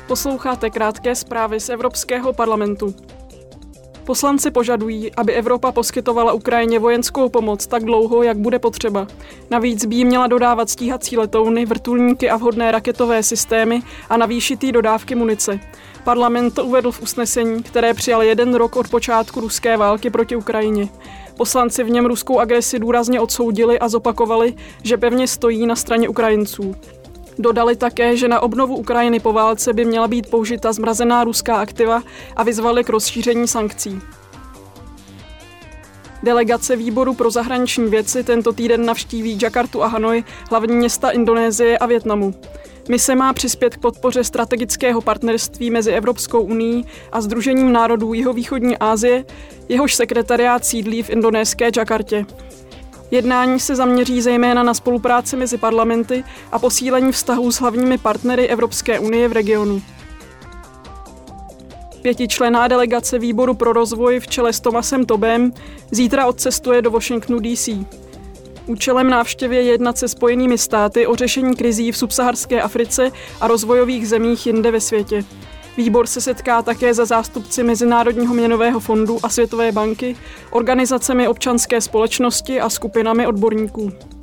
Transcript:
Posloucháte krátké zprávy z Evropského parlamentu. Poslanci požadují, aby Evropa poskytovala Ukrajině vojenskou pomoc tak dlouho, jak bude potřeba. Navíc by jí měla dodávat stíhací letouny, vrtulníky a vhodné raketové systémy a navýšit jí dodávky munice. Parlament to uvedl v usnesení, které přijal 1 rok od počátku ruské války proti Ukrajině. Poslanci v něm ruskou agresi důrazně odsoudili a zopakovali, že pevně stojí na straně Ukrajinců. Dodali také, že na obnovu Ukrajiny po válce by měla být použita zmrazená ruská aktiva a vyzvali k rozšíření sankcí. Delegace výboru pro zahraniční věci tento týden navštíví Jakartu a Hanoj, hlavní města Indonésie a Vietnamu. Mise má přispět k podpoře strategického partnerství mezi Evropskou unií a Sdružením národů jihovýchodní Asie, jehož sekretariát sídlí v indonéské Jakartě. Jednání se zaměří zejména na spolupráci mezi parlamenty a posílení vztahů s hlavními partnery Evropské unie v regionu. 5členná delegace výboru pro rozvoj v čele s Thomasem Tobem zítra odcestuje do Washingtonu DC. Účelem návštěvy je jednat se Spojenými státy o řešení krizí v subsaharské Africe a rozvojových zemích jinde ve světě. Výbor se setká také za zástupci Mezinárodního měnového fondu a Světové banky, organizacemi občanské společnosti a skupinami odborníků.